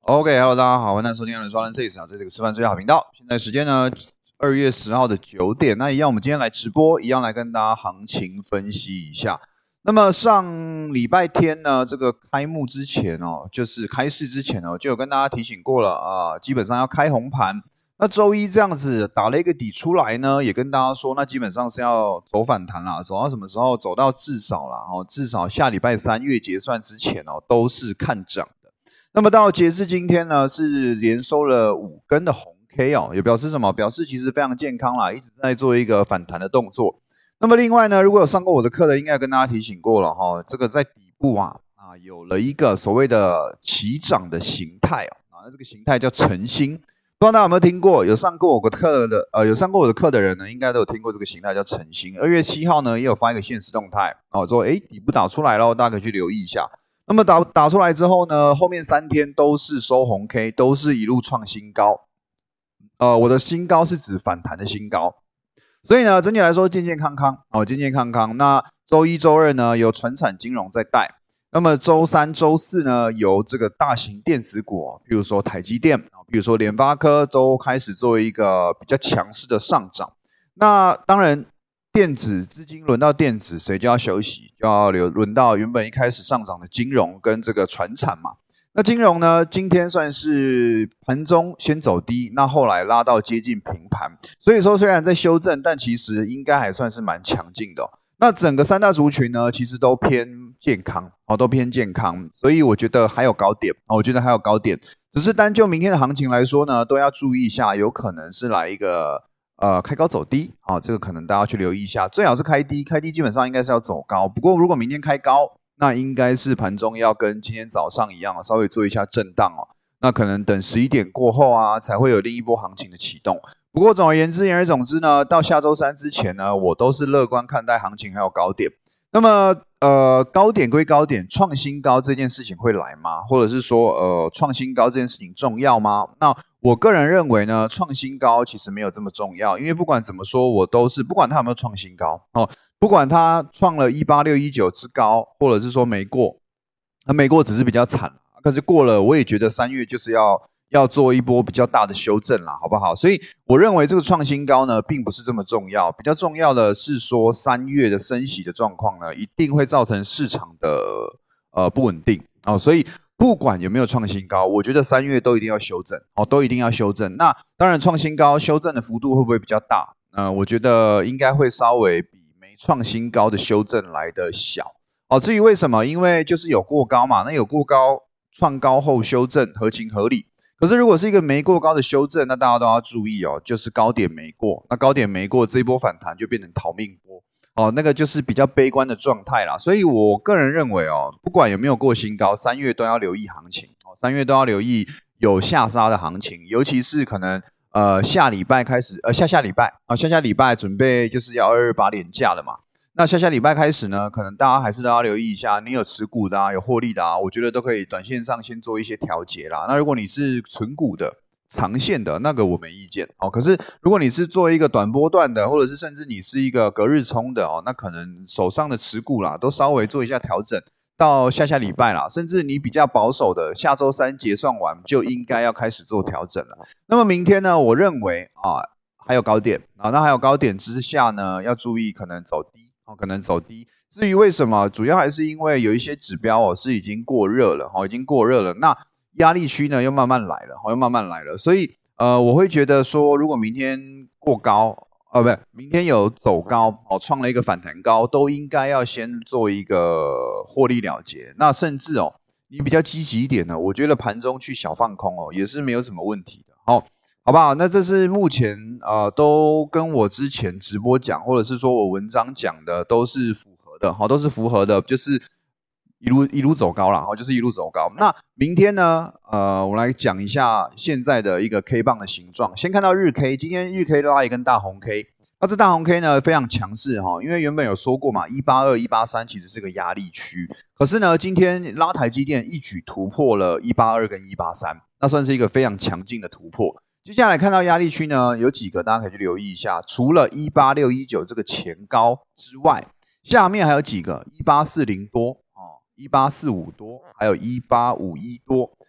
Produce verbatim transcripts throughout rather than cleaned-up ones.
OK，Hello，、大家好，欢迎收听《人双人 C 啊，这是个吃饭最好频道。现在时间呢，二月十号的九点。那一样，我们今天来直播，一样来跟大家行情分析一下。那么上礼拜天呢，这个开幕之前哦，就是开市之前哦，就有跟大家提醒过了啊，基本上要开红盘。那周一这样子打了一个底出来呢，也跟大家说，那基本上是要走反弹啦，走到什么时候？走到至少啦，哦，至少下礼拜三月结算之前哦，都是看涨。那么到截至今天呢，是连收了五根的红 K 哦，也表示什么？表示其实非常健康啦，一直在做一个反弹的动作。那么另外呢，如果有上过我的课的，应该有跟大家提醒过了哈，这个在底部啊啊有了一个所谓的起涨的形态哦，啊，那这个形态叫晨星，不知道大家有没有听过？有上过我的课的呃，有上过我的课的人呢，应该都有听过这个形态叫晨星。二月七号呢，也有发一个限时动态哦，说哎底部打出来了，大家可以去留意一下。那么打打出来之后呢，后面三天都是收红 K， 都是一路创新高。呃，我的新高是指反弹的新高，所以呢，整体来说健健康康哦，健健康康。那周一、周二呢，有传产金融在带。那么周三、周四呢，由这个大型电子股，比如说台积电，比如说联发科，都开始做一个比较强势的上涨。那当然。电子资金轮到电子，谁就要休息，就要留轮到原本一开始上涨的金融跟这个传产嘛。那金融呢，今天算是盘中先走低，那后来拉到接近平盘，所以说虽然在修正，但其实应该还算是蛮强劲的、哦。那整个三大族群呢，其实都偏健康哦，都偏健康，所以我觉得还有高点哦，我觉得还有高点，只是单就明天的行情来说呢，都要注意一下，有可能是来一个。呃，开高走低啊，这个可能大家去留意一下，最好是开低，开低基本上应该是要走高。不过如果明天开高，那应该是盘中要跟今天早上一样，稍微做一下震荡哦。那可能等十一点过后啊，才会有另一波行情的启动。不过总而言之，言而总之呢，到下周三之前呢，我都是乐观看待行情还有高点。那么呃，高点归高点，创新高这件事情会来吗？或者是说呃，创新高这件事情重要吗？那我个人认为呢，创新高其实没有这么重要，因为不管怎么说，我都是不管它有没有创新高哦，不管它创了一八六一九之高，或者是说没过，那没过只是比较惨，可是过了，我也觉得三月就是要要做一波比较大的修正啦，好不好？所以我认为这个创新高呢，并不是这么重要，比较重要的是说三月的升息的状况呢，一定会造成市场的呃不稳定哦，所以。不管有没有创新高，我觉得三月都一定要修正哦，都一定要修正。那当然，创新高修正的幅度会不会比较大？呃，我觉得应该会稍微比没创新高的修正来的小哦。至于为什么？因为就是有过高嘛，那有过高创高后修正合情合理。可是如果是一个没过高的修正，那大家都要注意哦，就是高点没过，那高点没过，这一波反弹就变成逃命波。哦，那个就是比较悲观的状态啦，所以我个人认为哦，不管有没有过新高，三月都要留意行情哦，三月都要留意有下杀的行情，尤其是可能呃下礼拜开始，呃下下礼拜啊、哦，下下礼拜准备就是要二二八连假了嘛，那下下礼拜开始呢，可能大家还是都要留意一下，你有持股的啊，有获利的啊，我觉得都可以短线上先做一些调节啦。那如果你是存股的。长线的那个我没意见哦，可是如果你是做一个短波段的，或者是甚至你是一个隔日冲的哦，那可能手上的持股啦都稍微做一下调整，到下下礼拜啦，甚至你比较保守的，下周三结算完就应该要开始做调整了。那么明天呢，我认为啊还有高点啊，那还有高点之下呢，要注意可能走低哦，可能走低。至于为什么，主要还是因为有一些指标哦是已经过热了哦，已经过热了。那压力区呢又慢慢来了，又慢慢来了，所以呃，我会觉得说，如果明天过高，呃，不，明天有走高哦，创了一个反弹高，都应该要先做一个获利了结。那甚至哦，你比较积极一点呢，我觉得盘中去小放空哦，也是没有什么问题的哦，好不好？那这是目前呃，都跟我之前直播讲，或者是说我文章讲的都是符合的，好，都是符合的，就是。一路一路走高了，就是一路走高。那明天呢？呃，我来讲一下现在的一个 K 棒的形状。先看到日 K， 今天日 K 拉一根大红 K， 那这大红 K 呢非常强势哈，因为原本有说过嘛，一八二、一八三其实是个压力区，可是呢，今天拉台积电一举突破了一八二跟一八三，那算是一个非常强劲的突破。接下来看到压力区呢，有几个大家可以去留意一下，除了一八六一九这个前高之外，下面还有几个一八四零多。一八四五多，还有一八五一多，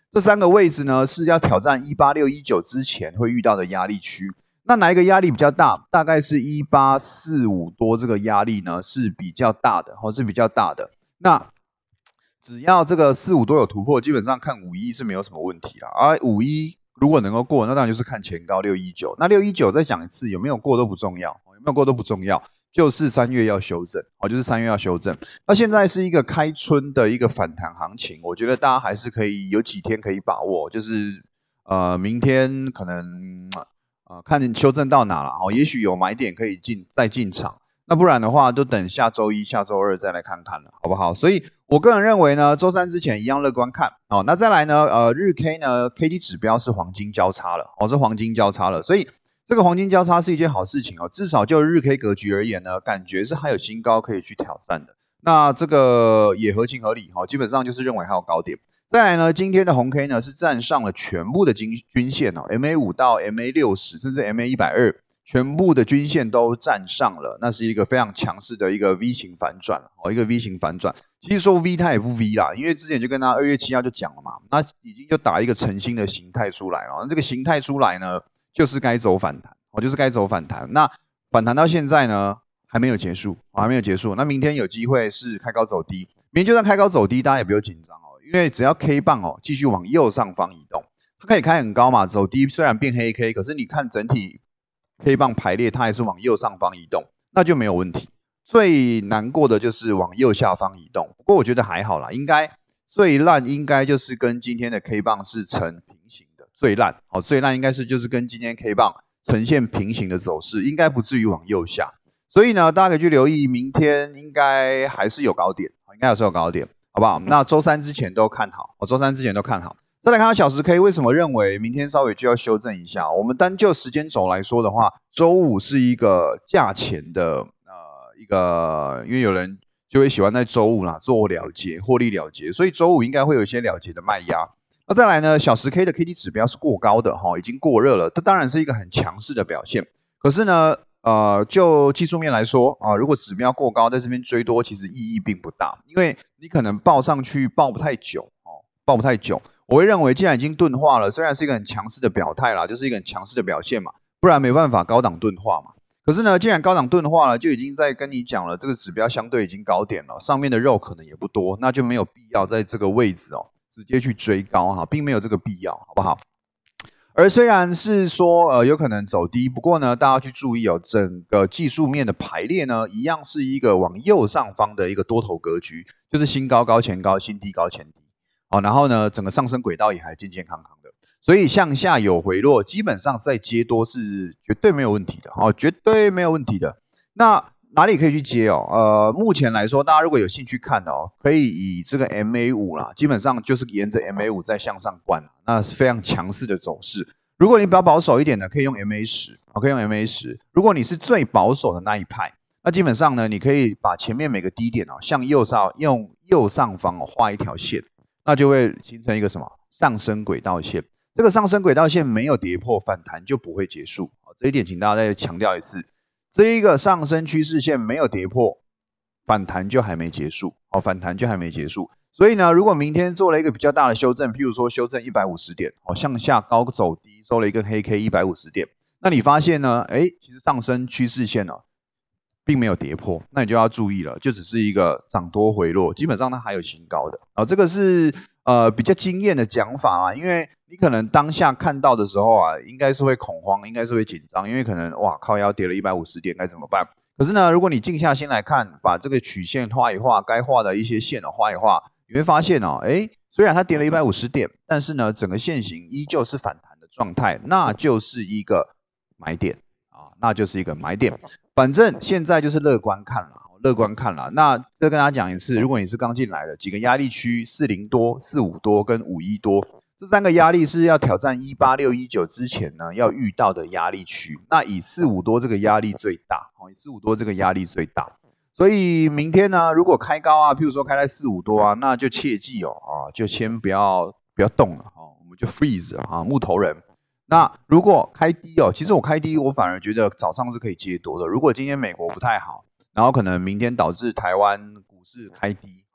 这三个位置呢是要挑战一八六一九之前会遇到的压力区。那哪一个压力比较大？大概是一八四五多这个压力呢是比较大的，哦，是比较大的。那只要这个四五多有突破，基本上看五一是没有什么问题啦。而五一如果能够过，那当然就是看前高六一九。那六一九再讲一次，有没有过都不重要，有没有过都不重要，就是三月要修正，哦，就是三月要修正。那现在是一个开春的一个反弹行情，我觉得大家还是可以有几天可以把握，就是呃明天可能。呃，看修正到哪了哦，也许有买点可以进再进场，那不然的话，就等下周一、下周二再来看看了，好不好？所以我个人认为呢，周三之前一样乐观看哦。那再来呢，呃，日 K 呢 ，K D 指标是黄金交叉了，哦，是黄金交叉了，所以这个黄金交叉是一件好事情哦，至少就日 K 格局而言呢，感觉是还有新高可以去挑战的。那这个也合情合理哈，基本上就是认为还有高点。再来呢，今天的红 K 呢是站上了全部的均均线哦 ，M A 五 到 M A 六十，甚至 M A 一百二，全部的均线都站上了，那是一个非常强势的一个 V 型反转哦，一个 V 型反转。其实说 V 它也不 V 啦，因为之前就跟他二月七号就讲了嘛，那已经就打一个诚心的形态出来了。那这个形态出来呢，就是该走反弹哦，就是该走反弹。那反弹到现在呢，还没有结束，哦，还没有结束。那明天有机会是开高走低，明天就算开高走低，大家也不用紧张哦。因为只要 K 棒哦继续往右上方移动，它可以开很高嘛，走低虽然变黑 K， 可是你看整体 K 棒排列，它还是往右上方移动，那就没有问题。最难过的就是往右下方移动，不过我觉得还好啦，应该最烂应该就是跟今天的 K 棒是成平行的，最烂哦，最烂应该是就是跟今天 K 棒呈现平行的走势，应该不至于往右下。所以呢，大家可以去留意，明天应该还是有高点，应该还是有高点。好不好？那周三之前都看好，我周三之前都看好。再来看到小时 K， 为什么认为明天稍微就要修正一下？我们单就时间轴来说的话，周五是一个价钱的呃一个，因为有人就会喜欢在周五啦做了结、获利了结，所以周五应该会有一些了结的卖压。那再来呢，小时 K 的 K D 指标是过高的哈，已经过热了，这当然是一个很强势的表现。可是呢，呃，就技术面来说啊，如果指标过高，在这边追多其实意义并不大，因为你可能抱上去抱不太久哦，抱不太久。我会认为，既然已经钝化了，虽然是一个很强势的表态啦，就是一个很强势的表现嘛，不然没办法高档钝化嘛。可是呢，既然高档钝化了，就已经在跟你讲了，这个指标相对已经高点了，上面的肉可能也不多，那就没有必要在这个位置哦直接去追高哈，并没有这个必要，好不好？而虽然是说呃有可能走低，不过呢，大家去注意哦，整个技术面的排列呢，一样是一个往右上方的一个多头格局，就是新高高前高，新低高前低，哦，然后呢，整个上升轨道也还健健康康的，所以向下有回落，基本上在接多是绝对没有问题的，哦，绝对没有问题的。那哪里可以去接哦？呃，目前来说，大家如果有兴趣看的哦，可以以这个 M A 五 啦，基本上就是沿着 M A 五 在向上灌，那是非常强势的走势。如果你比较保守一点的，可以用 M A 十， 可以用 M A 十。如果你是最保守的那一派，那基本上呢，你可以把前面每个低点哦，向右上用右上方画一条线，那就会形成一个什么上升轨道线。这个上升轨道线没有跌破，反弹就不会结束。这一点请大家再强调一次。这一个上升趋势线没有跌破，反弹就还没结束，哦，反弹就还没结束。所以呢，如果明天做了一个比较大的修正，譬如说修正一百五十点，哦，向下高走低，收了一根黑 K 一百五十点，那你发现呢，哎，其实上升趋势线呢，并没有跌破，那你就要注意了，就只是一个涨多回落，基本上它还有新高的，哦，这个是呃比较经验的讲法啊，因为你可能当下看到的时候啊，应该是会恐慌，应该是会紧张，因为可能哇靠腰跌了一百五十点该怎么办？可是呢，如果你静下心来看，把这个曲线画一画，该画的一些线哦画一画，你会发现哦，哎，虽然它跌了一百五十点，但是呢，整个线型依旧是反弹的状态，那就是一个买点啊，那就是一个买点。反正现在就是乐观看了，乐观看了。那再跟大家讲一次，如果你是刚进来的，几个压力区四零多、四五多跟五一多，这三个压力是要挑战一八六一九之前呢要遇到的压力区。那以四五多这个压力最大，以四五多这个压力最大。所以明天呢，如果开高啊，譬如说开在四五多啊，那就切记哦，啊，就先不要不要动了，哦，我们就 freeze 啊，木头人。那如果开低哦，其实我开低，我反而觉得早上是可以接多的。如果今天美国不太好，然后可能明天导致台湾股市开低，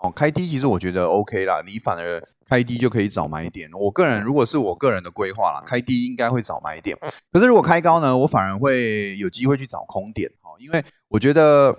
哦，开低其实我觉得 OK 啦，你反而开低就可以找买点。我个人如果是我个人的规划啦，开低应该会找买点。可是如果开高呢，我反而会有机会去找空点哦，因为我觉得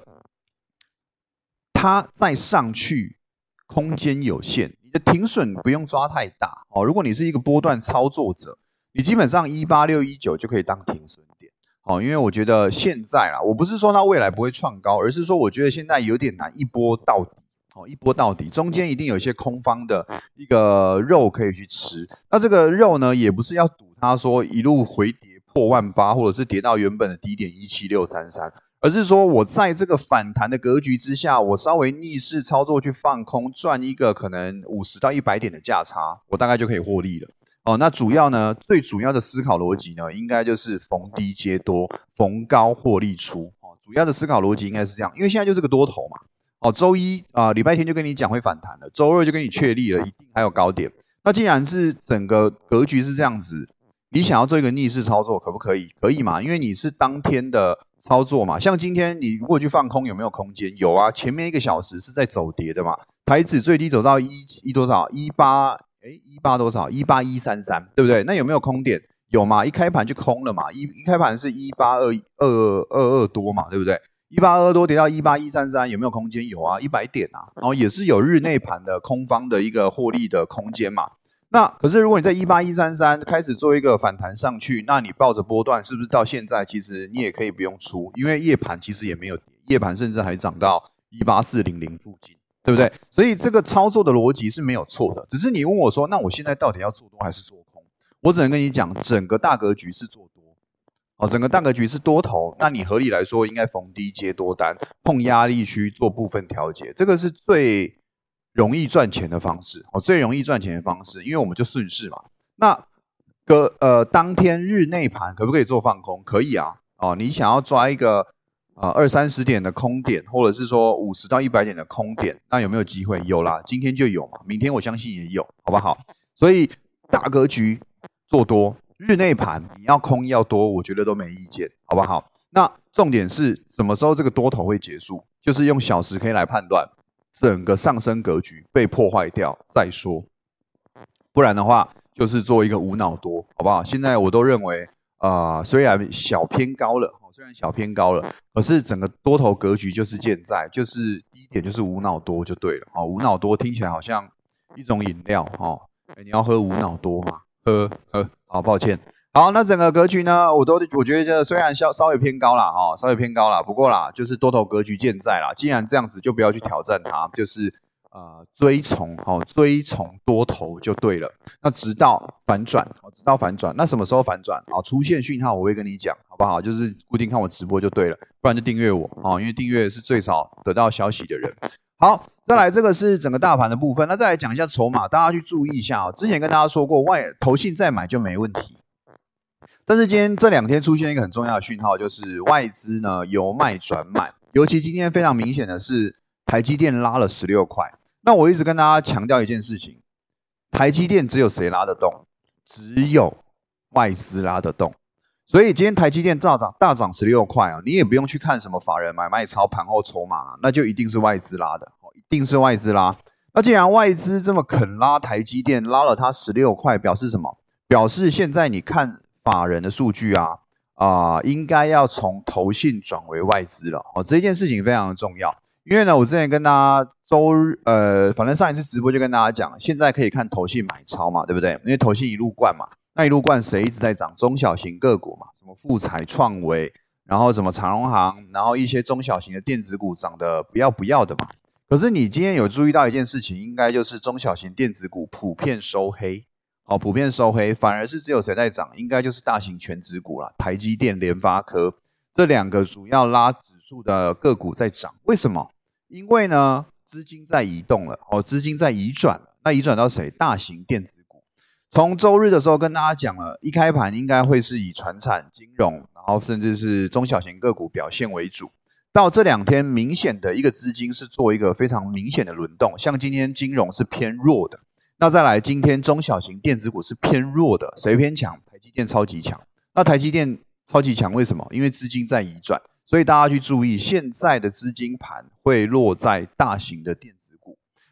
它再上去空间有限，你的停损不用抓太大哦。如果你是一个波段操作者，你基本上一八六一九就可以当停损点哦，因为我觉得现在啦，我不是说它未来不会创高，而是说我觉得现在有点难一波到底。哦，一波到底，中间一定有一些空方的一个肉可以去吃。那这个肉呢，也不是要赌它说一路回跌破万八，或者是跌到原本的低点一七六三三，而是说我在这个反弹的格局之下，我稍微逆势操作去放空，赚一个可能五十到一百点的价差，我大概就可以获利了。哦，那主要呢，最主要的思考逻辑呢，应该就是逢低接多，逢高获利出。哦，主要的思考逻辑应该是这样，因为现在就是个多头嘛。哦，周一啊，礼拜天就跟你讲会反弹了，周二就跟你确立了，一定还有高点。那既然是整个格局是这样子，你想要做一个逆势操作，可不可以？可以嘛，因为你是当天的操作嘛。像今天你如果去放空，有没有空间？有啊，前面一个小时是在走跌的嘛。台指最低走到一一多少？一八哎一八多少？一八一三三，对不对？那有没有空点？有嘛，一开盘就空了嘛。一一开盘是一八二二二二多嘛，对不对？一八二多跌到一八一三三，有没有空间？有啊，一百点啊，然后也是有日内盘的空方的一个获利的空间嘛。那可是如果你在一八一三三开始做一个反弹上去，那你抱着波段，是不是到现在其实你也可以不用出，因为夜盘其实也没有跌，夜盘甚至还涨到一八四零零附近，对不对？所以这个操作的逻辑是没有错的，只是你问我说，那我现在到底要做多还是做空？我只能跟你讲，整个大格局是做多。哦，整个大格局是多头，那你合理来说应该逢低接多单，碰压力区做部分调节，这个是最容易赚钱的方式。哦，最容易赚钱的方式，因为我们就顺势嘛。那个呃，当天日内盘可不可以做放空？可以啊。哦，你想要抓一个呃二三十点的空点，或者是说五十到一百点的空点，那有没有机会？有啦，今天就有嘛，明天我相信也有，好不好？所以大格局做多。日内盘你要空要多，我觉得都没意见，好不好？那重点是什么时候这个多头会结束？就是用小时 K 来判断整个上升格局被破坏掉再说，不然的话就是做一个无脑多，好不好？现在我都认为，啊、呃，虽然小偏高了，虽然小偏高了，可是整个多头格局就是健在，就是第一点就是无脑多就对了。哦，无脑多听起来好像一种饮料哦，欸，你要喝无脑多吗？喝喝。好，抱歉。好，那整个格局呢，我都我觉得虽然稍稍微偏高啦，哦，稍微偏高啦，不过啦，就是多头格局健在啦。既然这样子，就不要去挑战它，就是呃追从哦追从多头就对了。那直到反转，哦，直到反转，那什么时候反转？啊，出现讯号我会跟你讲，好不好？就是固定看我直播就对了，不然就订阅我哦，因为订阅是最早得到消息的人。好，再来这个是整个大盘的部分，那再来讲一下筹码，大家去注意一下哦。之前跟大家说过，外投信再买就没问题，但是今天这两天出现一个很重要的讯号，就是外资呢由卖转买，尤其今天非常明显的是台积电拉了十六块。那我一直跟大家强调一件事情，台积电只有谁拉得动？只有外资拉得动。所以今天台积电大涨大涨十六块啊，你也不用去看什么法人买卖超盘后筹码啦，那就一定是外资拉的，一定是外资拉。那既然外资这么肯拉台积电，拉了它十六块，表示什么？表示现在你看法人的数据啊，啊、呃，应该要从投信转为外资了哦。这件事情非常的重要，因为呢，我之前跟大家周日呃，反正上一次直播就跟大家讲，现在可以看投信买超嘛，对不对？因为投信一路灌嘛。那一路灌谁一直在涨？中小型个股嘛，什么富彩、创维，然后什么长荣航，然后一些中小型的电子股涨得不要不要的嘛。可是你今天有注意到一件事情，应该就是中小型电子股普遍收黑，哦，普遍收黑，反而是只有谁在涨？应该就是大型全指股啦，台积电、联发科这两个主要拉指数的个股在涨。为什么？因为呢，资金在移动了，哦，资金在移转了。那移转到谁？大型电子股。从周日的时候跟大家讲了，一开盘应该会是以传产、金融，然后甚至是中小型个股表现为主。到这两天，明显的一个资金是做一个非常明显的轮动，像今天金融是偏弱的，那再来今天中小型电子股是偏弱的，谁偏强？台积电超级强。那台积电超级强，为什么？因为资金在移转，所以大家去注意，现在的资金盘会落在大型的电子股。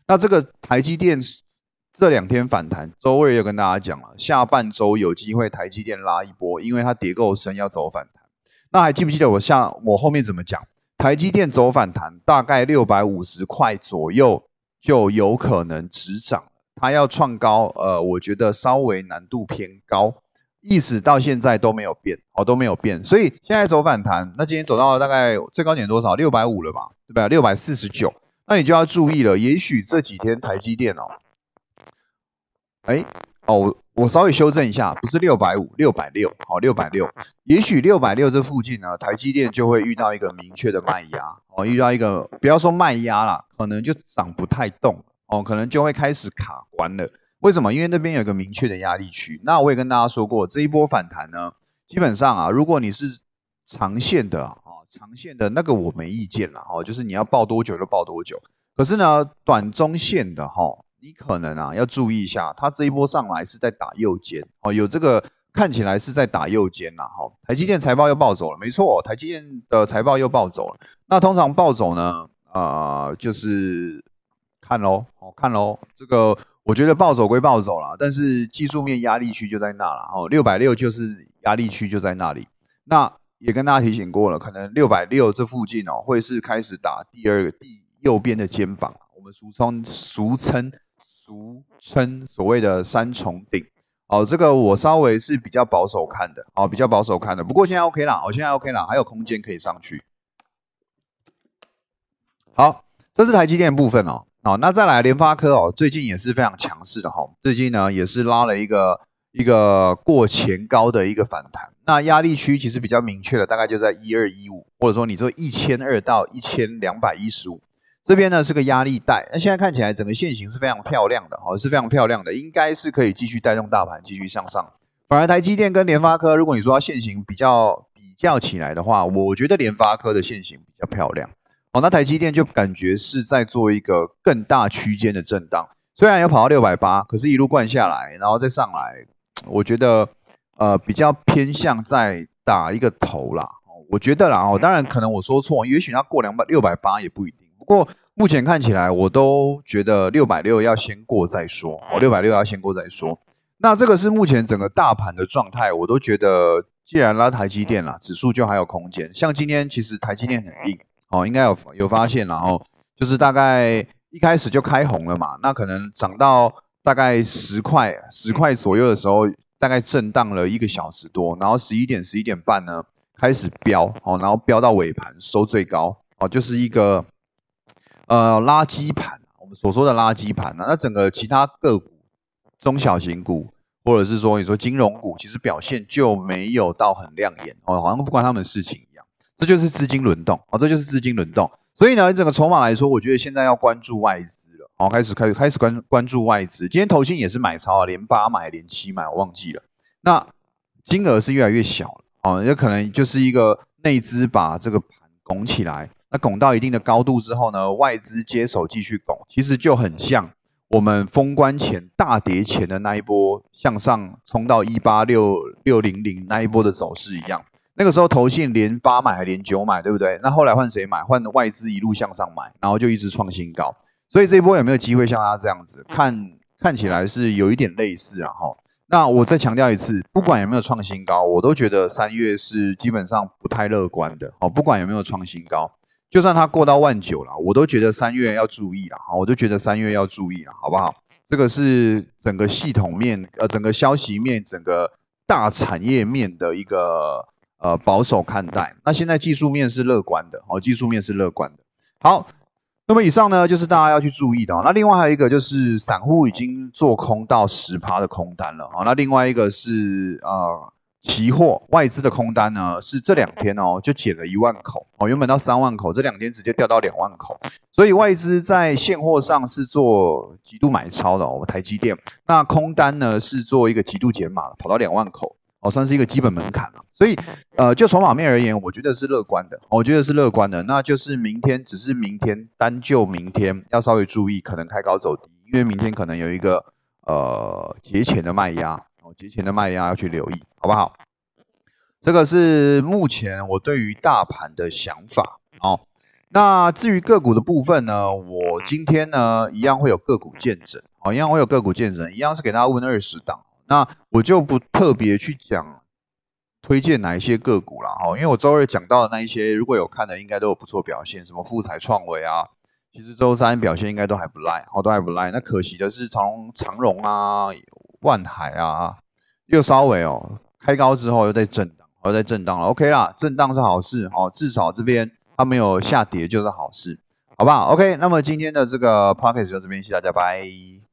那这个台积电这两天反弹，周二也有跟大家讲了，下半周有机会台积电拉一波，因为它跌够深要走反弹。那还记不记得我下我后面怎么讲？台积电走反弹，大概六百五十块左右就有可能止涨，它要创高，呃，我觉得稍微难度偏高。意思到现在都没有变，哦，都没有变，所以现在走反弹，那今天走到大概最高点多少？六百五了吧，对吧？六百四十九，那你就要注意了，也许这几天台积电哦，哎，哦，我我稍微修正一下，不是六百五，六百六，好，六百六，也许六百六这附近呢，台积电就会遇到一个明确的卖压，哦，遇到一个不要说卖压啦，可能就涨不太动，哦，可能就会开始卡关了。为什么？因为那边有一个明确的压力区。那我也跟大家说过，这一波反弹呢，基本上啊，如果你是长线的啊，长线的那个我没意见啦，哦，就是你要抱多久就抱多久。可是呢，短中线的哈，你可能啊要注意一下，它这一波上来是在打右肩，哦，有这个看起来是在打右肩啦，哈。台积电财报又暴走了，没错，台积电的财报又暴走了。那通常暴走呢，呃，就是看咯，哦，看咯，这个。我觉得暴走归暴走啦，但是技术面压力区就在那啦，哦，六百六就是压力区就在那里。那也跟大家提醒过了，可能六百六这附近哦，会是开始打第二个第右边的肩膀，我们俗称俗称俗称所谓的三重顶。哦，这个我稍微是比较保守看的，哦，比较保守看的。不过现在 OK 啦，我、哦、现在 OK 啦，还有空间可以上去。好，这是台积电的部分哦。好，那再来联发科哦，最近也是非常强势的哈、哦，最近呢也是拉了一个一个过前高的一个反弹，那压力区其实比较明确的，大概就在一二一五，或者说你说一千二到一千两百一十五这边呢是个压力带，那现在看起来整个线型是非常漂亮的哈、哦，是非常漂亮的，应该是可以继续带动大盘继续向上。反而台积电跟联发科，如果你说它线型比较比较起来的话，我觉得联发科的线型比较漂亮。哦，那台积电就感觉是在做一个更大区间的震荡，虽然有跑到六百八，可是一路灌下来，然后再上来，我觉得呃比较偏向在打一个头啦。我觉得啦，哦，当然可能我说错，也许它过两百六百八也不一定。不过目前看起来，我都觉得六百六要先过再说，哦，六百六要先过再说。那这个是目前整个大盘的状态，我都觉得既然拉台积电啦，指数就还有空间。像今天其实台积电很硬。哦，应该有有发现，然后就是大概一开始就开红了嘛，那可能涨到大概十块十块左右的时候，大概震荡了一个小时多，然后十一点十一点半呢开始飙，哦，然后飙到尾盘收最高，哦，就是一个呃垃圾盘，我们所说的垃圾盘啊，那整个其他个股、中小型股或者是说你说金融股，其实表现就没有到很亮眼，哦，好像不关他们事情。这就是资金轮动哦，这就是资金轮动。所以呢，整个筹码来说，我觉得现在要关注外资了。好，开始开始开始关关注外资。今天投信也是买超啊，连八买连七买，我忘记了。那金额是越来越小了，哦，也可能就是一个内资把这个盘拱起来，那拱到一定的高度之后呢，外资接手继续拱，其实就很像我们封关前大跌前的那一波向上冲到一八六六零零那一波的走势一样。那个时候投信连八买还连九买，对不对？那后来换谁买？换外资一路向上买，然后就一直创新高。所以这一波有没有机会像他这样子？看看起来是有一点类似啊哈。那我再强调一次，不管有没有创新高，我都觉得三月是基本上不太乐观的。哦，不管有没有创新高，就算它过到万九了，我都觉得三月要注意了。好，我都觉得三月要注意了，好不好？这个是整个系统面、呃，整个消息面、整个大产业面的一个。呃，保守看待。那现在技术面是乐观的，哦，技术面是乐观的。好，那么以上呢，就是大家要去注意的。那另外还有一个就是散户已经做空到 百分之十 的空单了。那另外一个是呃，期货外资的空单呢，是这两天哦就减了一万口，哦，原本到三万口，这两天直接掉到两万口。所以外资在现货上是做极度买超的哦，台积电。那空单呢是做一个极度减码，跑到两万口。哦，算是一个基本门槛了，所以，呃，就筹码面而言，我觉得是乐观的，我觉得是乐观的。那就是明天，只是明天单就明天要稍微注意，可能开高走低，因为明天可能有一个呃节前的卖压，哦，节前的卖压要去留意，好不好？这个是目前我对于大盘的想法哦。 那至于个股的部分呢，我今天呢一样会有个股见证，好，一样会有个股见证，一样是给大家问二十档。那我就不特别去讲推荐哪一些个股啦，哈，因为我周二讲到的那一些，如果有看的应该都有不错表现，什么富彩创维啊，其实周三表现应该都还不赖，好，都还不赖。那可惜的是长长荣啊、万海啊，又稍微哦开高之后又在震荡，又在震荡了 ，OK 啦，震荡是好事，哦，至少这边它没有下跌就是好事，好不好 ？OK， 那么今天的这个 podcast 就到这边，谢谢大家，拜。